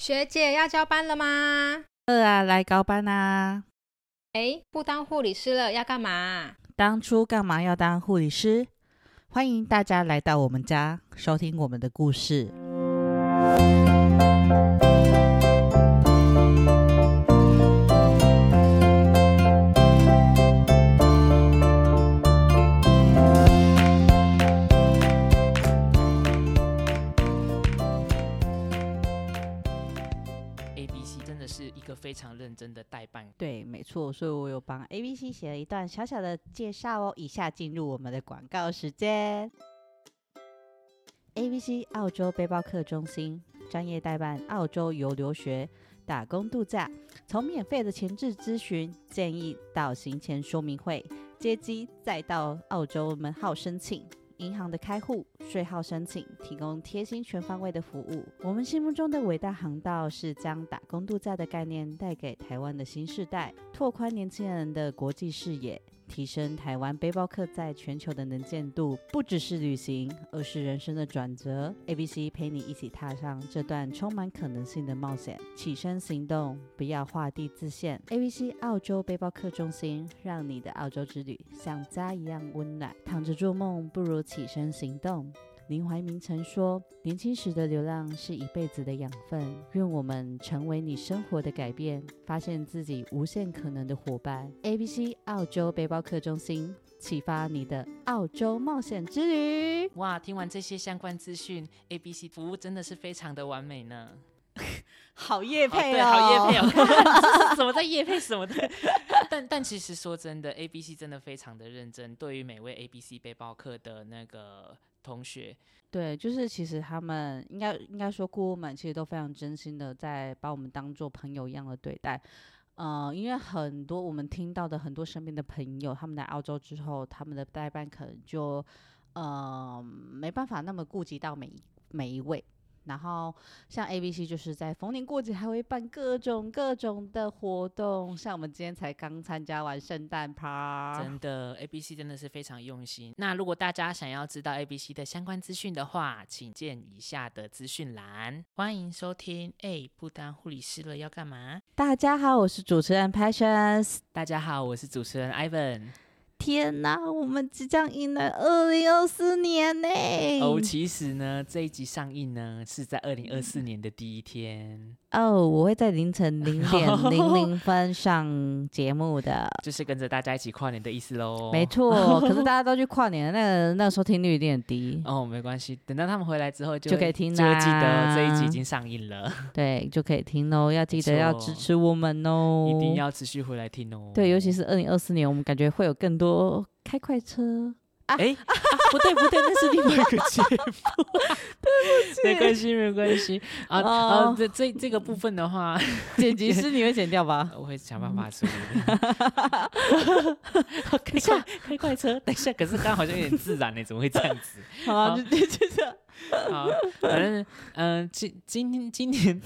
学姐要交班了吗？ 来高班啊！ 不当护理师了，要干嘛？ 当初干嘛要当护理师？欢迎大家来到我们家，收听我们的故事。 是一个非常认真的代办。 对，没错，所以我有帮 ABC 写了一段小小的介绍哦。以下进入我们的广告时间。ABC 澳洲背包客中心专业代办澳洲游留学、打工度假，从免费的前置咨询建议到行前说明会，接机再到澳洲门号申请。银行的开户、税号申请，提供贴心全方位的服务。我们心目中的伟大航道是将打工度假的概念带给台湾的新世代，拓宽年轻人的国际视野，提升台湾背包客在全球的能见度。不只是旅行，而是人生的转折。ABC 陪你一起踏上这段充满可能性的冒险，起身行动，不要画地自限。ABC 澳洲背包客中心，让你的澳洲之旅像家一样温暖。躺着做梦，不如起身行动。林怀民曾说，年轻时的流浪是一辈子的养分，愿我们成为你生活的改变，发现自己无限可能的伙伴。 ABC 澳洲背包客中心，启发你的澳洲冒险之旅。 哇，听完这些相关资讯， ABC 服务真的是非常的完美呢。 好业配对，好业配这是什么在业配什么的但其实说真的， ABC 真的非常的认真，对于每位 ABC 背包客的那个同学， 对，就是其实他们应该说顾问们其实都非常真心的在把我们当做朋友一样的对待。因为很多我们听到的很多身边的朋友，他们来澳洲之后，他们的代办可能就没办法那么顾及到每一位。然后像 ABC 就是在逢年过节还会办各种的活动，像我们今天才刚参加完圣诞趴。 真的 ABC 真的是非常用心。那如果大家想要知道 ABC 的相关资讯的话，请见以下的资讯栏。欢迎收听不当护理师了要干嘛。 大家好，我是主持人 Passions。 大家好，我是主持人 Ivan。 天哪，我们即将迎来2024年呢！ 其实呢，这一集上映呢是在2024年的第一天。 我会在凌晨0:00上节目的， 就是跟着大家一起跨年的意思咯。 没错，可是大家都去跨年，那个收听率有点低。 没关系，等到他们回来之后就可以听啦， 就会记得这一集已经上映了。 对，就可以听咯，要记得要支持我们哦， 一定要持续回来听哦。 对，尤其是2024年，我们感觉会有更多开快车。 不对，那是另外一个节目。对不起，没关系这个部分的话， 剪辑师你会剪掉吧？ 我会想办法处理。开快车，等一下，可是刚刚好像有点自然呢，怎么会这样子？ 好啊，就这样。 好，反正今年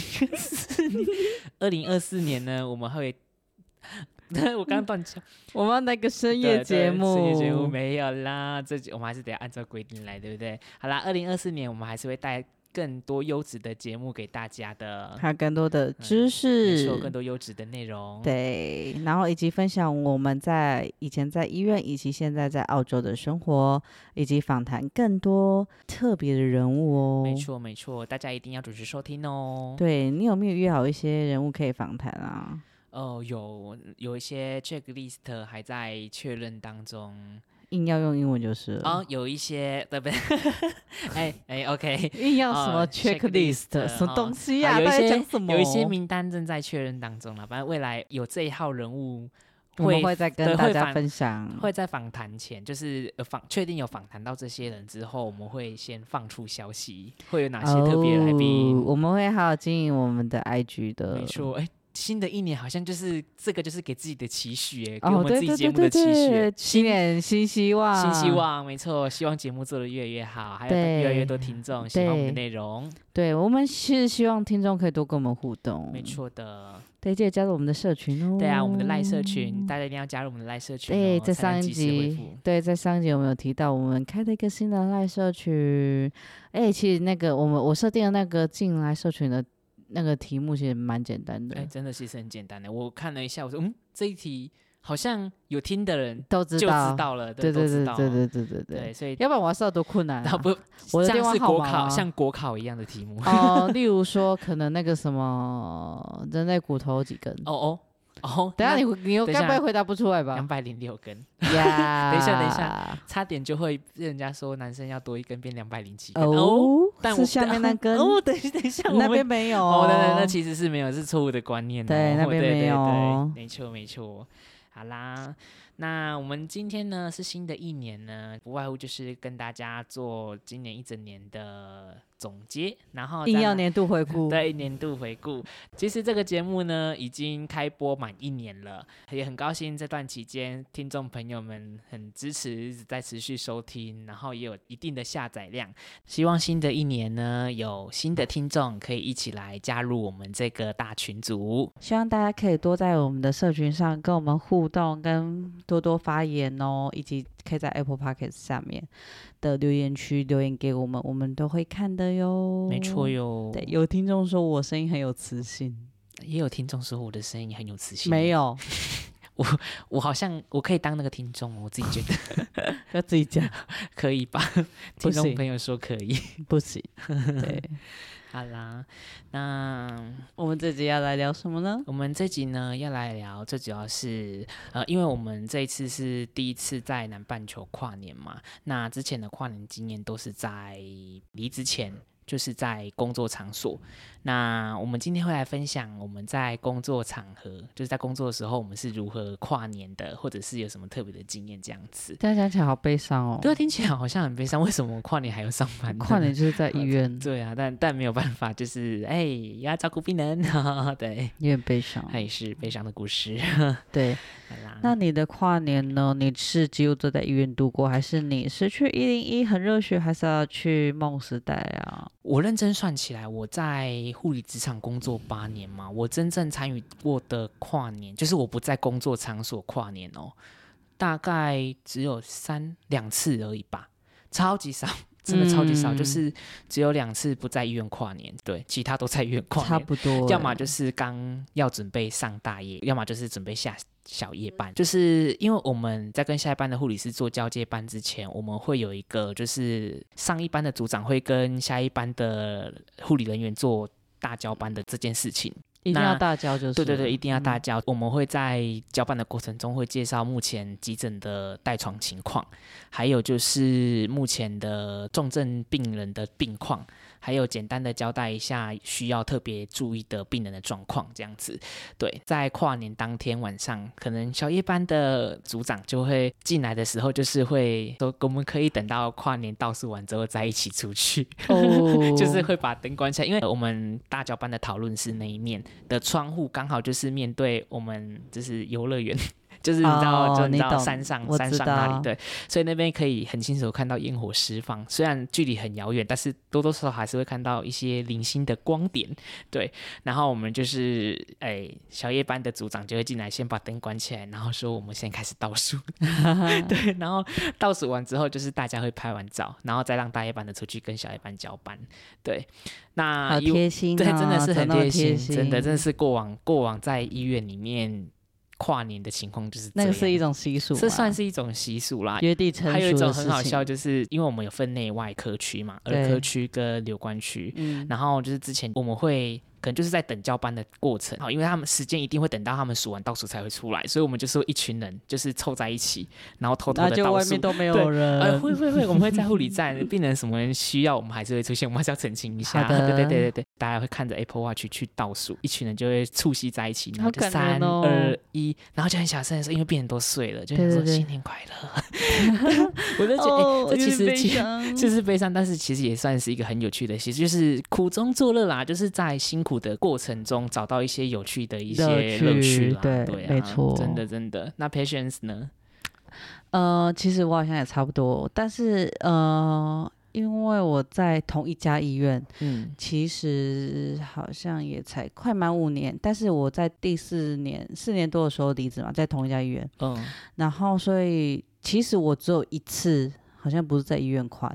2024年呢，我们会。我刚刚断讲， 我们要那个深夜节目， 深夜节目没有啦，我们还是得按照规定来，对不对？好啦，2024年我们还是会带更多优质的节目给大家的， 还有更多的知识， 没错，更多优质的内容， 对，然后以及分享我们以前在医院以及现在在澳洲的生活，以及访谈更多特别的人物哦。 没错，大家一定要准时收听哦。 对，你有没有约好一些人物可以访谈啊？ 有一些 checklist 还在确认当中， 硬要用英文就是了。 有一些对不对？OK， 硬要什么 checklist，什么东西啊？大家讲什么？ 有一些名单正在确认当中了，反正未来有这一号人物。 我们会再跟大家分享， 会在访谈前，就是确定有访谈到这些人之后，我们会先放出消息，会有哪些特别来宾。 我们会好好经营我们的 IG 的。 没错，新的一年好像就是这个，就是给自己的期许给我们自己节目的期许。 新年新希望， 新希望，没错，希望节目做得越来越好，还有越来越多听众喜欢我们的内容。 对，我们是希望听众可以多跟我们互动。 没错的。 对，记得加入我们的社群哦。 对啊，我们的赖社群，大家一定要加入我们的赖社群。 对，在上一集，我们有提到我们开了一个新的赖社群。其实那个我设定的那个进来社群的那个题目其实蛮简单的， 真的其实很简单的。我看了一下，我说这一题好像有听的人都知道， 就知道了， 对， 所以要不然我要知道多困难啊。 不， 我的电话号码像国考一样的题目例如说可能那个什么人类骨头有几根？等一下你该不会回答不出来吧 ？206根呀！ 等一下，差点就会人家说男生要多一根变207根但是下面那根等一下， 那边没有那其实是没有，是错误的观念对，那边没有， 对，没错。好啦，那我们今天呢是新的一年呢，不外乎就是跟大家做今年一整年的总结，然后硬要年度回顾。 对，年度回顾。其实这个节目呢已经开播满1年了，也很高兴这段期间听众朋友们很支持，一直在持续收听，然后也有一定的下载量。希望新的一年呢有新的听众可以一起来加入我们这个大群组， 希望大家可以多在我们的社群上跟我们互动，跟多多发言哦，以及可以在 Apple Podcast 下面的留言区留言给我们，我们都会看的哟。 没错哟。 对，有听众说我声音很有磁性， 也有听众说我的声音很有磁性。 没有， 我好像我可以当那个听众，我自己觉得要自己讲可以吧？听众朋友说可以， 不行。对。 好啦，那我们这集要来聊什么呢？ 我们这集呢要来聊，最主要是因为我们这一次是第一次在南半球跨年嘛，那之前的跨年经验都是在离职前，就是在工作场所。那我们今天会来分享我们在工作场合，就是在工作的时候，我们是如何跨年的，或者是有什么特别的经验这样子。 这样讲起来好悲伤哦。 对啊，听起来好像很悲伤。为什么跨年还要上班呢？ 跨年就是在医院。 对啊，但没有办法，就是要照顾病人，对， 有点悲伤， 它也是悲伤的故事。 对，那你的跨年呢？你是几乎都在医院度过，还是你是去101很热血，还是要去梦时代啊？ 我认真算起来，我在护理职场工作8年嘛，我真正参与过的跨年，就是我不在工作场所跨年哦，大概只有2次而已吧，超级少。真的超级少，就是只有2次不在医院跨年，对，其他都在医院跨年， 差不多。 要么就是刚要准备上大夜，要么就是准备下小夜班。就是因为我们在跟下一班的护理师做交接班之前，我们会有一个就是上一班的组长会跟下一班的护理人员做大交班的这件事情。 一定要大交就是对，一定要大交。我们会在交办的过程中会介绍目前急诊的待床情况，还有就是目前的重症病人的病况，还有简单的交代一下需要特别注意的病人的状况这样子。对，在跨年当天晚上，可能小夜班的组长就会进来的时候，就是会说我们可以等到跨年倒数完之后再一起出去。就是会把灯关起来，因为我们大交班的讨论室那一面的窗户刚好就是面对我们就是游乐园，就是你知道山上那里，对，所以那边可以很清楚看到烟火释放，虽然距离很遥远，但是多多少少还是会看到一些零星的光点，对。然后我们就是小夜班的组长就会进来先把灯关起来，然后说我们现在开始倒数对，然后倒数完之后就是大家会拍完照，然后再让大夜班的出去跟小夜班交班，对。那好贴心对，真的是很贴心， 真的是过往在医院里面跨年的情况就是这样。 那个是一种习俗吗？ 这算是一种习俗啦， 约定成熟的事情。 还有一种很好笑，就是因为我们有分内外科区嘛，儿科区跟留观区，然后就是之前我们会可能就是在等交班的过程，因为他们时间一定会等到他们数完倒数才会出来，所以我们就是一群人就是凑在一起，然后偷偷的倒数， 就外面都没有人。 会，我们会在护理站，病人什么人需要，我们还是会出现，我们还是要澄清一下。对，大家会看着 Apple Watch 去倒数，一群人就会促膝在一起，然后就3、2、1，然后就很小声的说，因为病人都睡了，就想说新年快乐。我就觉得，这其实就是悲伤，但是其实也算是一个很有趣的习俗，就是苦中作乐啦，就是在辛苦的过程中找到一些有趣的一些乐趣啦。对啊， 没错， 真的。那 Patience 呢？ 其实我好像也差不多，但是因为我在同一家医院，其实好像也才快满5年，但是我在第4年多的时候离职嘛，在同一家医院，然后所以其实我只有1次，好像不是在医院跨年。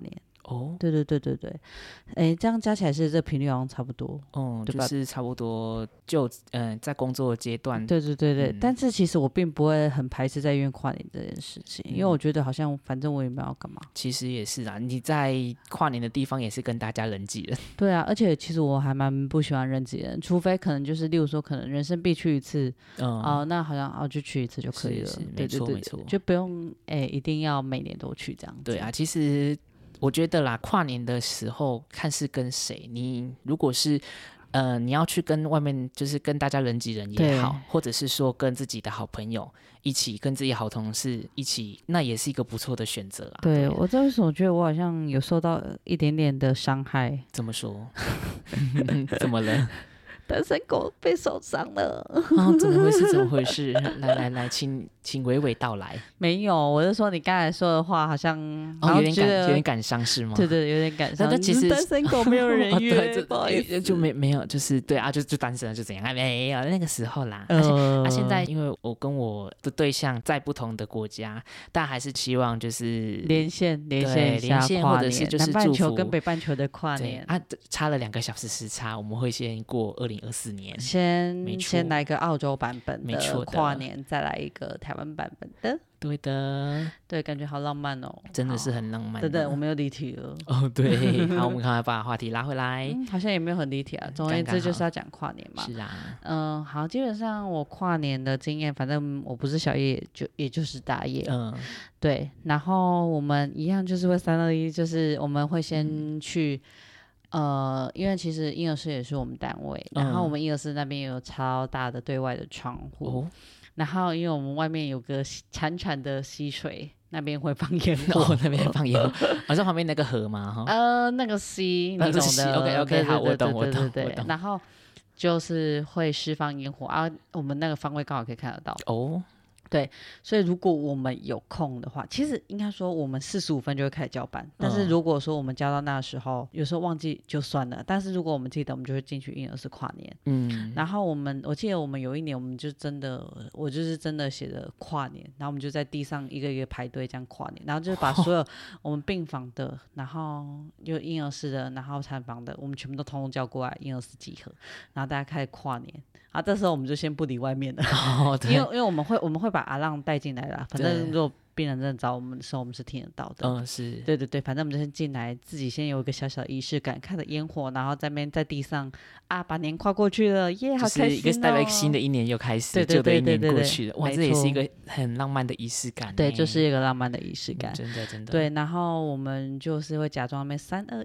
哦， 对对对对对，哎，这样加起来是这频率好像差不多。对吧就是差不多在工作的阶段， 对对对对， 嗯但是其实我并不会很排斥在医院跨年这件事情，因为我觉得好像反正我也没有要干嘛。 其实也是啊，你在跨年的地方也是跟大家人挤人。 对啊，而且其实我还蛮不喜欢人挤人，除非可能就是例如说可能人生必去一次，那好像就去一次就可以了。 是对对对， 没错没错， 就不用一定要每年都去这样子。 对啊，其实我觉得啦，跨年的时候看是跟谁，你如果是你要去跟外面，就是跟大家人挤人也好，或者是说跟自己的好朋友一起，跟自己好同事一起，那也是一个不错的选择啊。 对，我知道为什么我觉得我好像有受到一点点的伤害。 怎么说？怎么了？ 单身狗被受伤了。 怎么回事？怎么回事？来，请娓娓道来。 没有，我是说你刚才说的话好像有点感伤是吗？ 对对，有点感伤。 但其实单身狗没有人约，不好意思， 就没有，就是对啊，就单身了就怎样？没有那个时候啦。现在因为我跟我的对象在不同的国家，但还是希望就是连线或者是就是南半球跟北半球的跨年啊，差了2个小时时差，我们会先过2024年， 先来个澳洲版本的跨年，再来一个台湾版本的。 对的， 对，感觉好浪漫哦， 真的是很浪漫。 等等，我们又离题了。 对，好，我们赶快把话题拉回来。 好像也没有很离题啊。总而言之，就是要讲跨年嘛。 是啊。 好，基本上我跨年的经验，反正我不是小夜，也就是大夜。对。然后我们一样就是会321，就是我们会先去。因为其实婴儿室也是我们单位，然后我们婴儿室那边有超大的对外的窗户。然后因为我们外面有个潺潺的溪水，那边会放烟火。 那边放烟火，好像旁边那个河吗？ 那个溪，你懂的。 OK， 好，我懂。 然后就是会释放烟火啊，我们那个方位刚好可以看得到。对，所以如果我们有空的话，其实应该说我们45分就会开始交班，但是如果说我们交到那时候，有时候忘记就算了，但是如果我们记得，我们就会进去婴儿室跨年。然后我记得我们有一年，我就是真的写的跨年，然后我们就在地上一个一个排队这样跨年，然后就把所有我们病房的，然后有婴儿室的，然后产房的，我们全部都通通叫过来婴儿室集合，然后大家开始跨年。这时候我们就先不理外面的，因为我们会把阿浪带进来啦。反正如果病人真的找我们的时候，我们是听得到的。 是， 对对对，反正我们就先进来，自己先有一个小小的仪式感，看着烟火，然后在地上把年跨过去了，耶，好开心哦！ 就是代表新的一年又开始，旧的一年过去了，哇，这也是一个很浪漫的仪式感。 对，就是一个浪漫的仪式感， 真的。 对，然后我们就是会假装那边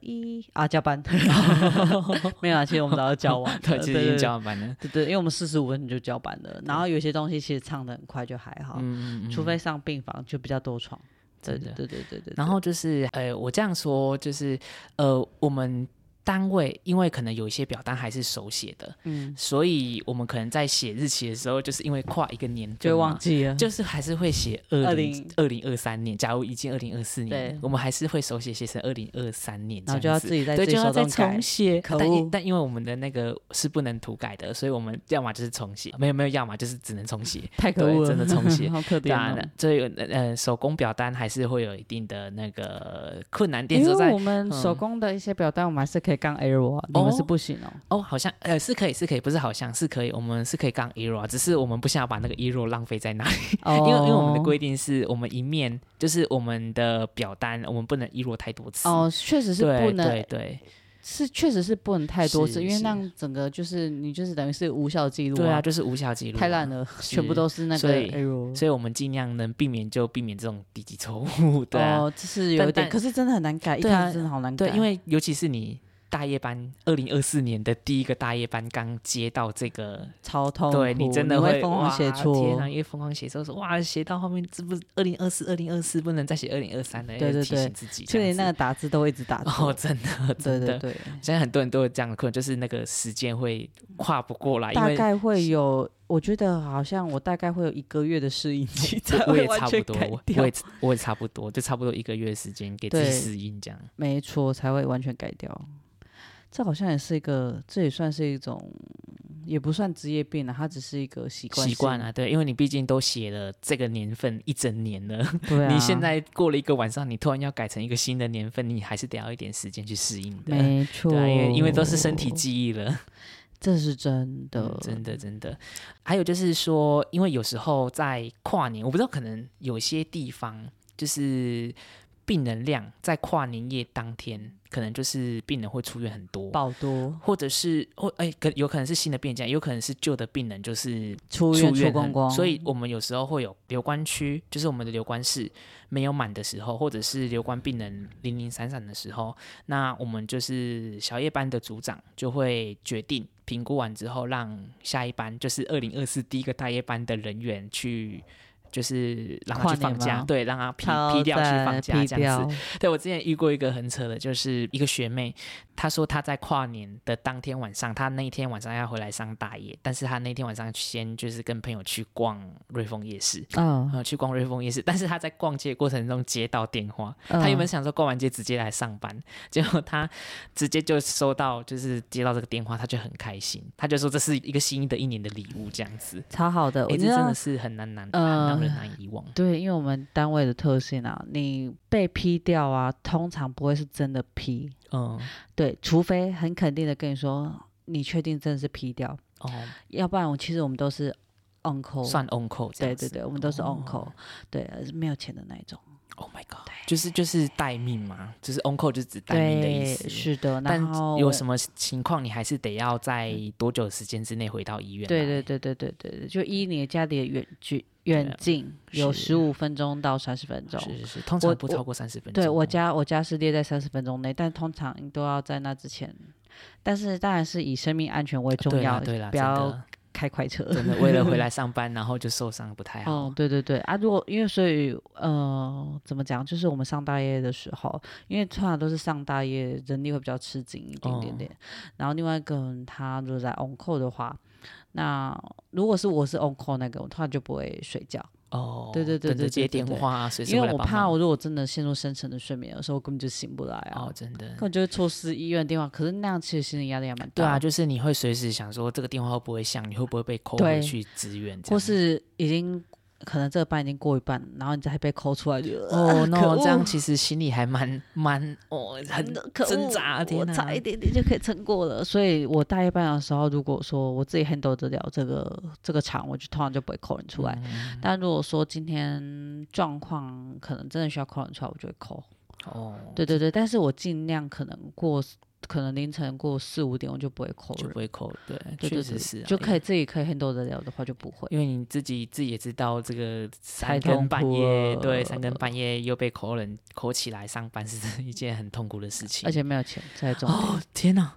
321交班，没有啊，其实我们早就交完了， 对，其实已经交完班了。 对，因为我们45分就交班了，然后有些东西其实唱得很快就还好，除非上病房就比较多床。对。 然后就是我这样说就是我们单位因为可能有一些表单还是手写的，所以我们可能在写日期的时候，就是因为跨一个年份就忘记了， 就是还是会写2023年。假如已经2024年，我们还是会手写写成2023年， 然后就要自己在自己手动改， 重写。 可恶！ 但因为我们的那个是不能涂改的，所以我们要么就是重写，没有，要么就是只能重写。 太可恶了， 真的重写， 好可怜哦。 所以手工表单还是会有一定的那个困难点所在。 因为我们手工的一些表单，我们还是可以杠 error 啊。你们是不行好像是可以，不是好像是可以，我们是可以杠 error， 只是我们不想要把那个 error 浪费在那里，因为我们的规定是我们一面就是我们的表单，我们不能 error 太多次。 确实是不能， 对。 是确实是不能太多次，因为那样整个就是你就是等于是无效记录。 对啊，就是无效记录， 太烂了，全部都是那个 error。 所以我们尽量能避免就避免这种低级错误。对啊， 这是有点，可是真的很难改，一开始真的好难改。 对，因为尤其是你大夜班，2024年的第一个大夜班刚接到这个， 超痛苦， 对你真的会疯狂写错， 天啊，因为疯狂写错，说哇，写到后面这不是2024不能再写2023了， 对， 提醒自己， 就连那个打字都一直打错， 真的，对，现在很多人都有这样的困难，就是那个时间会跨不过来， 大概会有。我觉得好像我大概会有1个月的适应期， 我也差不多，我也差不多，就差不多1个月的时间给自己适应，这样没错，才会完全改掉。这好像也是这也算是一种也不算职业病啊，它只是一个习惯啊，对，因为你毕竟都写了这个年份一整年了， 对啊， 你现在过了一个晚上，你突然要改成一个新的年份，你还是得要一点时间去适应的， 没错， 对啊，因为都是身体记忆了。 这是真的， 真的真的。还有就是说，因为有时候在跨年，我不知道可能有些地方就是病人量在跨年夜当天，可能就是病人会出院很多， 爆多， 或者是有可能是新的病人，有可能是旧的病人就是出院出光光， 所以我们有时候会有留观区，就是我们的留观室没有满的时候，或者是留观病人零零散散的时候，那我们就是小夜班的组长就会决定评估完之后，让下一班就是2024第一个大夜班的人员去。就是让他去放假，对，让他批掉去放假这样子。对，我之前遇过一个很扯的，就是一个学妹，她说她在跨年的当天晚上，她那一天晚上要回来上大夜，但是她那天晚上先就是跟朋友去逛瑞丰夜市，去逛瑞丰夜市，但是她在逛街的过程中接到电话，她原本想说逛完街直接来上班，结果她直接就收到，就是接到这个电话，她就很开心，她就说这是一个新的一年的礼物，这样子， 超好的， 这真的是很难让人难以遗忘。 对，因为我们单位的特性啊，你被批掉啊，通常不会是真的批，对，除非很肯定的跟你说，你确定真的是批掉，要不然其实我们都是 on call， 算 on call， 这样子， 对，我们都是 on call，对，没有钱的那一种。 Oh my god！ 就是待命嘛，就是 on call 就是指待命的意思。 是的， 但有什么情况你还是得要在多久的时间之内回到医院？ 对，就依你家里的远近，有15分钟到30分钟。 是，通常不超过30分钟。 对，我家是列在30分钟内，但通常都要在那之前。但是当然是以生命安全为重要， 对啦， 不要开快车， 真的为了回来上班，然后就受伤不太好。 对啊，如果因为所以怎么讲，就是我们上大夜的时候，因为通常都是上大夜，人力会比较吃紧一点点。然后另外一个人他如果在 on call 的话，那如果我是 on call 那个，我通常就不会睡觉。对， 等着接电话，随时因为我怕我如果真的陷入深层的睡眠的时候，我根本就醒不来啊！ 真的， 根本就会错失医院电话。可是那样其实心理压力还蛮大。 对啊，就是你会随时想说这个电话会不会响，你会不会被扣回去支援， 或是已经可能这个班已经过一半，然后你再被扣出来，就 no， 这样其实心里还蛮很挣扎。天哪， 我差一点点就可以撑过了。所以我大夜班的时候，如果说我自己 handle 得了这个场，我就通常就不会扣人出来。但如果说今天状况可能真的需要扣人出来，我就会扣。对，但是我尽量可能凌晨过4、5点我就不会扣人， 就不会扣，对，确实是， 就自己可以 handle 得了的话就不会， 因为你自己也知道这个3更半夜，对，3更半夜又被扣起来上班是一件很痛苦的事情， 而且没有钱，在重点。 天哪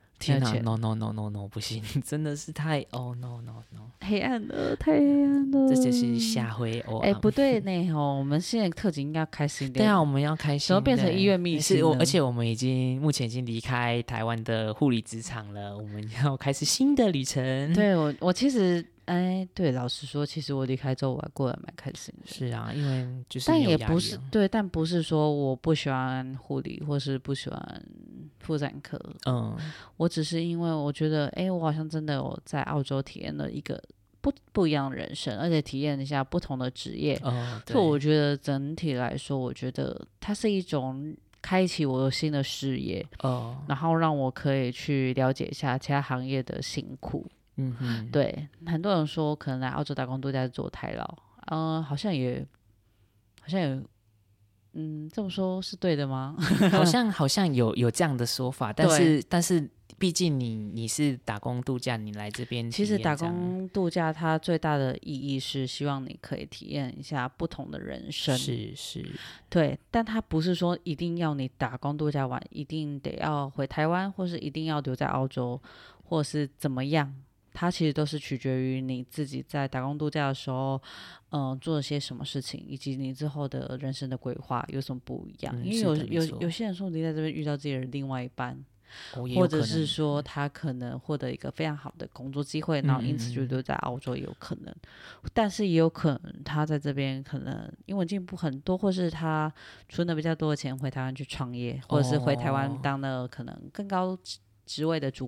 ，no， 不行，真的是太no， 黑暗了，太黑暗了， 这就是下回不对呢我们现在特辑应该要开心一点。 对啊，我们要开心， 怎么变成医院秘辛了？ 而且我们目前已经离开台湾的护理职场了，我们要开始新的旅程。 对，我其实对，老实说，其实我离开之后我还过得蛮开心的。 是啊，因为就是但也不是对，但不是说我不喜欢护理或是不喜欢妇产科，我只是因为我觉得我好像真的有在澳洲体验了一个不一样的人生，而且体验一下不同的职业，所以我觉得整体来说，我觉得它是一种开启我新的视野，然后让我可以去了解一下其他行业的辛苦。对，很多人说可能来澳洲打工度假是做太老，好像也，这么说是对的吗？ 好像有这样的说法，但是毕竟你是打工度假，你来这边其实打工度假它最大的意义是希望你可以体验一下不同的人生， 是， 对，但它不是说一定要你打工度假完一定得要回台湾，或是一定要留在澳洲，或是怎么样。它其实都是取决于你自己在打工度假的时候，做了些什么事情，以及你之后的人生的规划有什么不一样。因为有些人说你在这边遇到自己的另外一半，或者是说他可能获得一个非常好的工作机会，然后因此就留在澳洲也有可能，但是也有可能他在这边可能英文进步很多，或是他存了比较多的钱回台湾去创业，或者是回台湾当了可能更高职位的主管。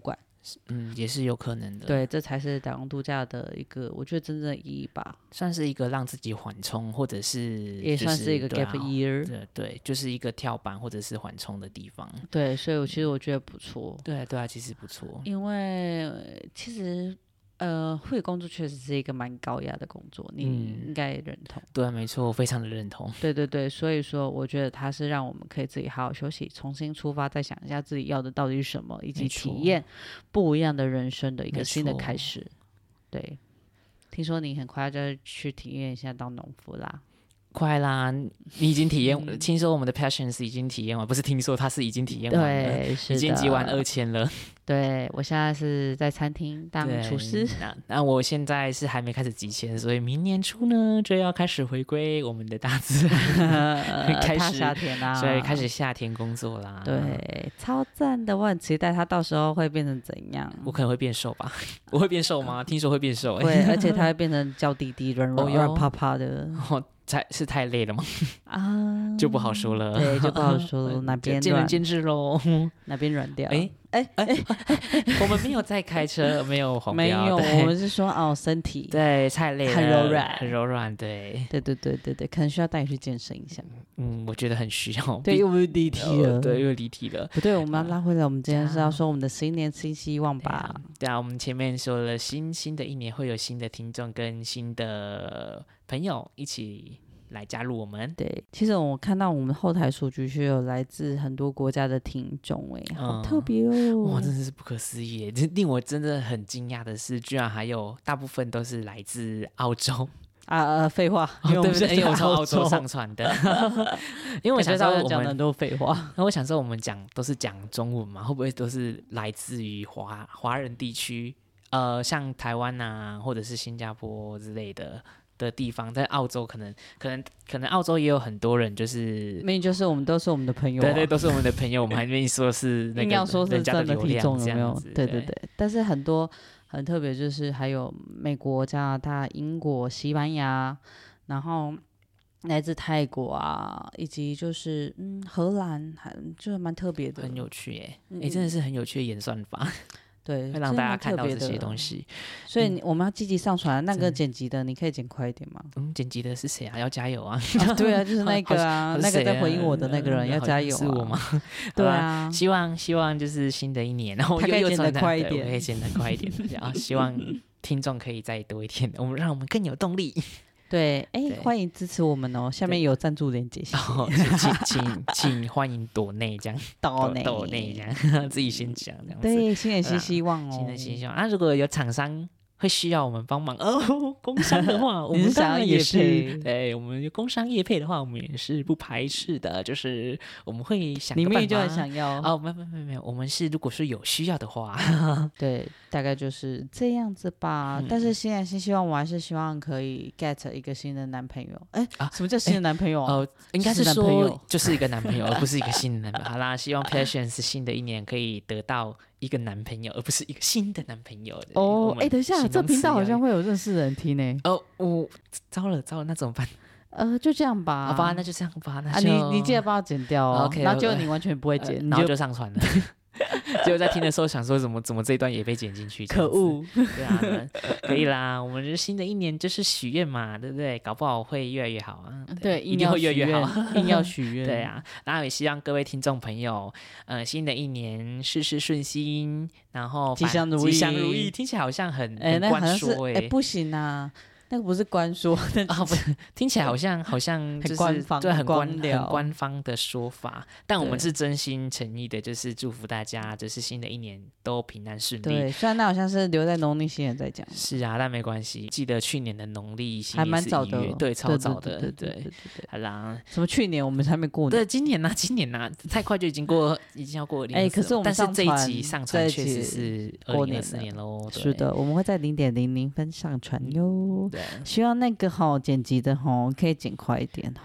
也是有可能的。 对，这才是打工度假的一个，我觉得真正的意义吧。 算是一个让自己缓冲，或者是、 也算是一个 gap year， 对，就是一个跳板或者是缓冲的地方。 对，所以其实我觉得不错。 对啊，其实不错。 因为其实护理工作确实是一个蛮高压的工作，你应该认同。 对，没错，我非常的认同。 对，所以说我觉得它是让我们可以自己好好休息，重新出发，再想一下自己要的到底是什么，以及体验不一样的人生的一个新的开始。对，听说你很快就要去体验一下当农夫啦。 快啦！你已经体验，听说我们的 Passions 已经体验完，不是听说他是已经体验完了， 对，是的， 已经集完2000了。 对，我现在是在餐厅当厨师。 那我现在是还没开始集签，所以明年初呢就要开始回归我们的大自然，开始夏天啦， 所以开始夏天工作啦。 对，超赞的，我很期待它到时候会变成怎样。 我可能会变瘦吧？我会变瘦吗？听说会变瘦。 对，而且它会变成娇滴滴、软趴趴的。 是太累了吗？ 啊， 就不好说了。 对，就不好说了。哪边见仁见智喽。 哪边软掉？ 我们没有在开车，没有黄标， 没有，我们是说身体对太累了， 很柔软， 很柔软，对， 可能需要带你去健身一下。 我觉得很需要。 对，又离题了， 对，又离题了。 不对，我们要拉回来。我们今天是要说我们的新年新希望吧？ 对啊，我们前面说了新的一年会有新的听众跟新的朋友一起来加入我们。 对，其实我看到我们后台数据是有来自很多国家的听众，好特别哦！ 哇，真的是不可思议！令我真的很惊讶的是，居然还有大部分都是来自澳洲。 废话， 对不对？因为我从澳洲上传的，因为我想说我们讲很多废话。 那我想说我们都是讲中文嘛，会不会都是来自于华人地区？像台湾啊，或者是新加坡之类的地方，在澳洲可能澳洲也有很多人，就是明明就是我们都是我们的朋友， 对，都是我们的朋友，我们还没说是那个硬要说是真的听众，有没有？对，但是很多很特别，就是还有美国、加拿大、英国、西班牙，然后来自泰国啊，以及就是荷兰，就是蛮特别的， 很有趣耶，真的是很有趣的演算法。 对， 会让大家看到这些东西， 所以我们要积极上传。那个剪辑的，你可以剪快一点吗？ 剪辑的是谁啊？要加油啊！ 对啊，就是那个啊，那个在回应我的那个人要加油啊！ 是我吗？ 对啊， 希望就是新的一年，然后他可以剪得快一点， 我可以剪得快一点，然后希望听众可以再多一点，让我们更有动力。 对，欢迎支持我们哦！下面有赞助链接， 请欢迎抖内这样，抖内这样，自己先讲这样子。 对，新年新希望哦， 新年新希望。那如果有厂商会需要我们帮忙工商的话，我们当然也是，对，我们工商业配的话，我们也是不排斥的，就是我们会想个办法。 你们就很想要没有，我们是如果是有需要的话， 对，大概就是这样子吧。但是新年新希望，我还是希望可以 get 一个新的男朋友。什么叫新的男朋友啊？ 应该是说就是一个男朋友，而不是一个新的男朋友。好啦，希望 Passions 新的一年可以得到一个男朋友，而不是一个新的男朋友。 等一下，这频道好像会有认识的人听呢。 糟了，那怎么办？ 就这样吧。 好吧，那就这样吧。那你记得帮我剪掉哦。然后就你完全不会剪， 然后就上传了。结果在听的时候想说怎么这一段也被剪进去， 可恶！ 对啊，可以啦，我们是新的一年就是许愿嘛，对不对？搞不好会越来越好啊。 对， 一定会越来越好， 硬要许愿。 对啊，然后也希望各位听众朋友，新的一年事事顺心，然后吉祥如意，听起来好像很官说不行啊。那个不是官说不听起来好像就是官方， 对，很官方的说法，但我们是真心诚意的，就是祝福大家，就是新的一年都平安顺利。 对，虽然那好像是留在农历新年在讲， 是啊，但没关系。记得去年的农历新年还蛮早的， 对，超早的， 对。 好啦， 什么去年我们还没过年？ 对，今年啊，太快就已经要过2024。 可是我们但是这一集上传确实是2024年喽。 是的，我们会在0.00分上传哟。 对， 希望那个剪辑的可以剪快一点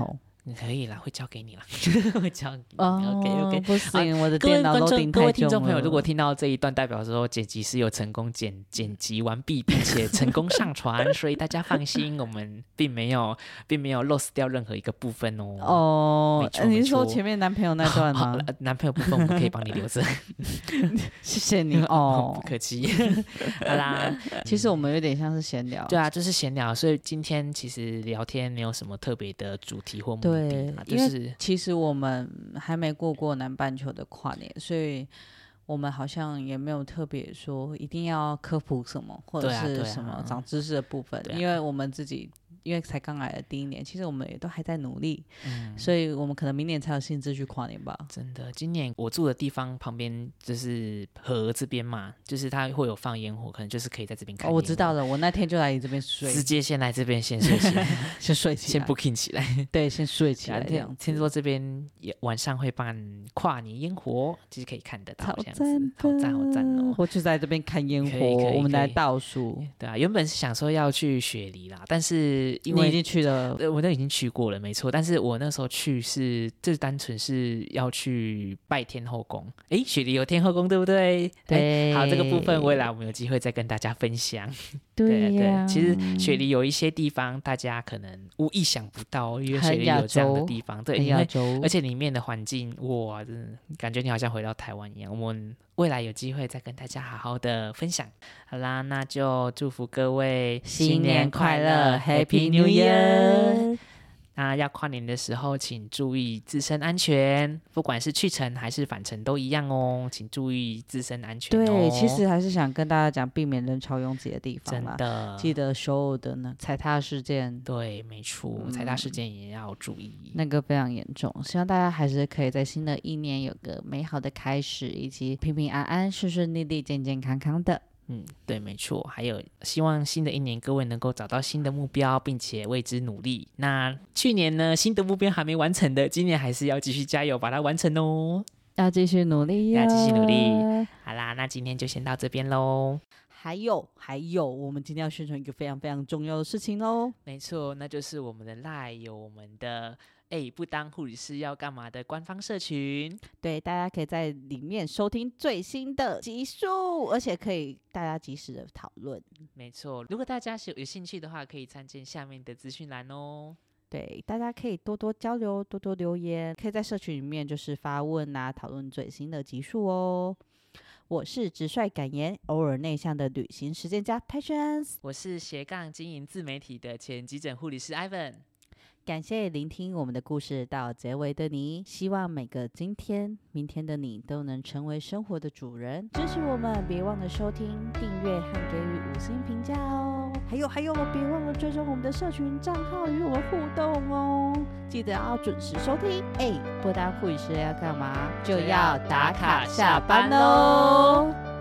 可以啦，会交给你啦，会交给你。OK， 不行，我的电脑都顶太重了。 各位听众朋友，如果听到这一段，代表说剪辑师有成功剪辑完毕，并且成功上传，所以大家放心，我们并没有 lost 掉任何一个部分哦。 你是说前面男朋友那段吗？ 男朋友部分我们可以帮你留着， 谢谢你哦， 不客气。好啦， 其实我们有点像是闲聊， 对啊，就是闲聊，所以今天其实聊天没有什么特别的主题或目的。 对， 就是因为其实我们还没过南半球的跨年，所以我们好像也没有特别说一定要科普什么或者是什么长知识的部分，因为我们自己因为才刚来的第一年，其实我们也都还在努力，所以我们可能明年才有兴致去跨年吧。 真的，今年我住的地方旁边就是河这边嘛，就是它会有放烟火，可能就是可以在这边看烟火。 我知道了，我那天就来你这边睡， 直接先来这边先睡起来， 先睡起来， 先 booking 起来， 对，先睡起来这样。 听说这边也晚上会办跨年烟火，其实可以看得到，这样子，好赞哦！ 我就在这边看烟火，我们来倒数。 对啊，原本是想说要去雪梨啦，但是因为你已经去了。 我都已经去过了，没错。但是我那时候去就单纯是要去拜天后宫。雪梨有天后宫，对不对？ 对。 好，这个部分未来我们有机会再跟大家分享。 对呀，其实雪梨有一些地方大家可能意想不到，因为雪梨有这样的地方，对，而且里面的环境，哇，真的感觉你好像回到台湾一样。我们未来有机会再跟大家好好的分享。好啦，那就祝福各位新年快乐 ，Happy New Year！ 那要跨年的时候，请注意自身安全，不管是去程还是返程都一样哦，请注意自身安全哦。 对，其实还是想跟大家讲，避免人潮拥挤的地方啦。 真的， 记得所有的踩踏事件。 对，没错，踩踏事件也要注意， 那个非常严重。希望大家还是可以在新的一年有个美好的开始，以及平平安安、顺顺利利、健健康康的。 对，没错。还有希望新的一年各位能够找到新的目标，并且为之努力。那去年呢，新的目标还没完成的，今年还是要继续加油把它完成哦。 要继续努力呀， 要继续努力。好啦，那今天就先到这边咯。 还有，我们今天要宣传一个非常非常重要的事情咯。 没错，那就是我们的 LINE 有我们的不当护理师要干嘛的官方社群。 对，大家可以在里面收听最新的集数，而且可以大家及时的讨论。没错，如果大家有兴趣的话，可以参见下面的资讯栏哦。 对，大家可以多多交流，多多留言，可以在社群里面就是发问啊，讨论最新的集数哦。我是直率敢言、偶尔内向的旅行实践家 Patience， 我是斜杠经营自媒体的前急诊护理师 Ivan。 感谢聆听我们的故事到结尾的你，希望每个今天、明天的你都能成为生活的主人。支持我们，别忘了收听、订阅和给予5星评价哦。还有，别忘了追踪我们的社群账号与我们互动哦。记得要准时收听。不当护理师要干嘛？就要打卡下班喽。